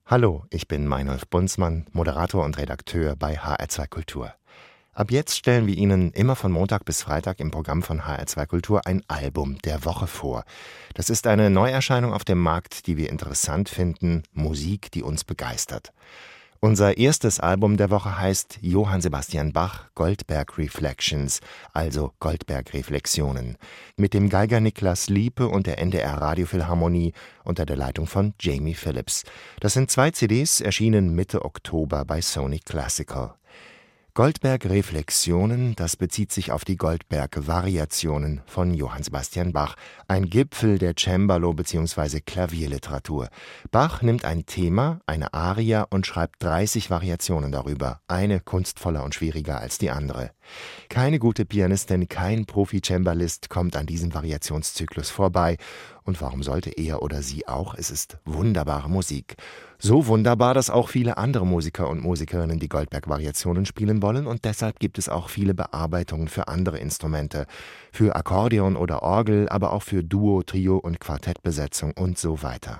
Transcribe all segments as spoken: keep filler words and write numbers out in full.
Hallo, ich bin Meinolf Bunzmann, Moderator und Redakteur bei H R zwei Kultur. Ab jetzt stellen wir Ihnen immer von Montag bis Freitag im Programm von H R zwei Kultur ein Album der Woche vor. Das ist eine Neuerscheinung auf dem Markt, die wir interessant finden, Musik, die uns begeistert. Unser erstes Album der Woche heißt Johann Sebastian Bach Goldberg Reflections, also Goldberg Reflexionen, mit dem Geiger Niklas Liepe und der N D R Radiophilharmonie unter der Leitung von Jamie Phillips. Das sind zwei C Ds, erschienen Mitte Oktober bei Sony Classical. Goldberg Reflexionen, das bezieht sich auf die Goldberg-Variationen von Johann Sebastian Bach, ein Gipfel der Cembalo- bzw. Klavierliteratur. Bach nimmt ein Thema, eine Aria, und schreibt dreißig Variationen darüber, eine kunstvoller und schwieriger als die andere. Keine gute Pianistin, kein Profi-Cembalist kommt an diesem Variationszyklus vorbei. Und warum sollte er oder sie auch? Es ist wunderbare Musik. So wunderbar, dass auch viele andere Musiker und Musikerinnen die Goldberg-Variationen spielen wollen, und deshalb gibt es auch viele Bearbeitungen für andere Instrumente, für Akkordeon oder Orgel, aber auch für Duo, Trio und Quartettbesetzung und so weiter.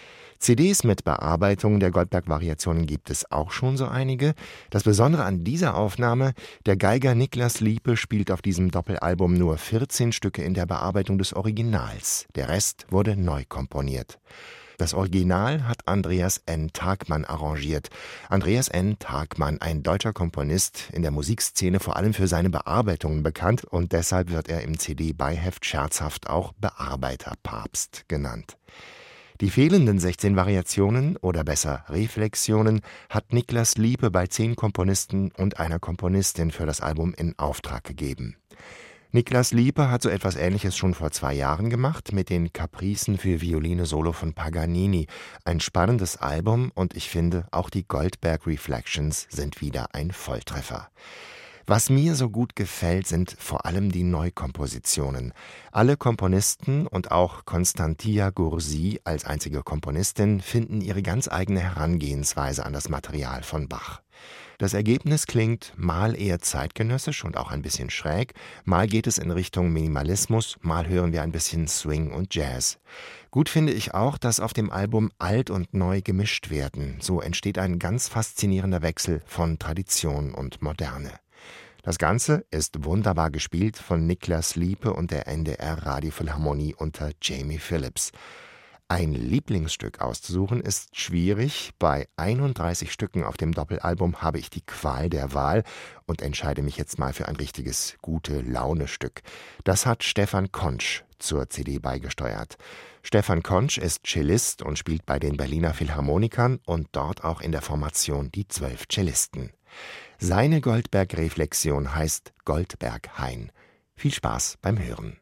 C Ds mit Bearbeitungen der Goldberg-Variationen gibt es auch schon so einige. Das Besondere an dieser Aufnahme: der Geiger Niklas Liepe spielt auf diesem Doppelalbum nur vierzehn Stücke in der Bearbeitung des Originals. Der Rest wurde neu komponiert. Das Original hat Andreas N. Tagmann arrangiert. Andreas N. Tagmann, ein deutscher Komponist, in der Musikszene vor allem für seine Bearbeitungen bekannt, und deshalb wird er im C D-Beiheft scherzhaft auch Bearbeiterpapst genannt. Die fehlenden sechzehn Variationen, oder besser Reflexionen, hat Niklas Liepe bei zehn Komponisten und einer Komponistin für das Album in Auftrag gegeben. Niklas Liepe hat so etwas Ähnliches schon vor zwei Jahren gemacht mit den Capricen für Violine Solo von Paganini. Ein spannendes Album, und ich finde, auch die Goldberg Reflections sind wieder ein Volltreffer. Was mir so gut gefällt, sind vor allem die Neukompositionen. Alle Komponisten und auch Constantia Gursi als einzige Komponistin finden ihre ganz eigene Herangehensweise an das Material von Bach. Das Ergebnis klingt mal eher zeitgenössisch und auch ein bisschen schräg, mal geht es in Richtung Minimalismus, mal hören wir ein bisschen Swing und Jazz. Gut finde ich auch, dass auf dem Album alt und neu gemischt werden. So entsteht ein ganz faszinierender Wechsel von Tradition und Moderne. Das Ganze ist wunderbar gespielt von Niklas Liepe und der N D R Radiophilharmonie unter Jamie Phillips. Ein Lieblingsstück auszusuchen ist schwierig. Bei einunddreißig Stücken auf dem Doppelalbum habe ich die Qual der Wahl und entscheide mich jetzt mal für ein richtiges Gute-Laune-Stück. Das hat Stefan Kontzsch zur C D beigesteuert. Stefan Kontzsch ist Cellist und spielt bei den Berliner Philharmonikern und dort auch in der Formation Die Zwölf Cellisten. Seine Goldberg-Reflexion heißt Goldberg-Hain. Viel Spaß beim Hören.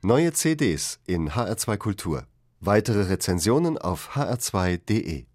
Neue C Ds in H R zwei Kultur. Weitere Rezensionen auf h r zwei punkt de.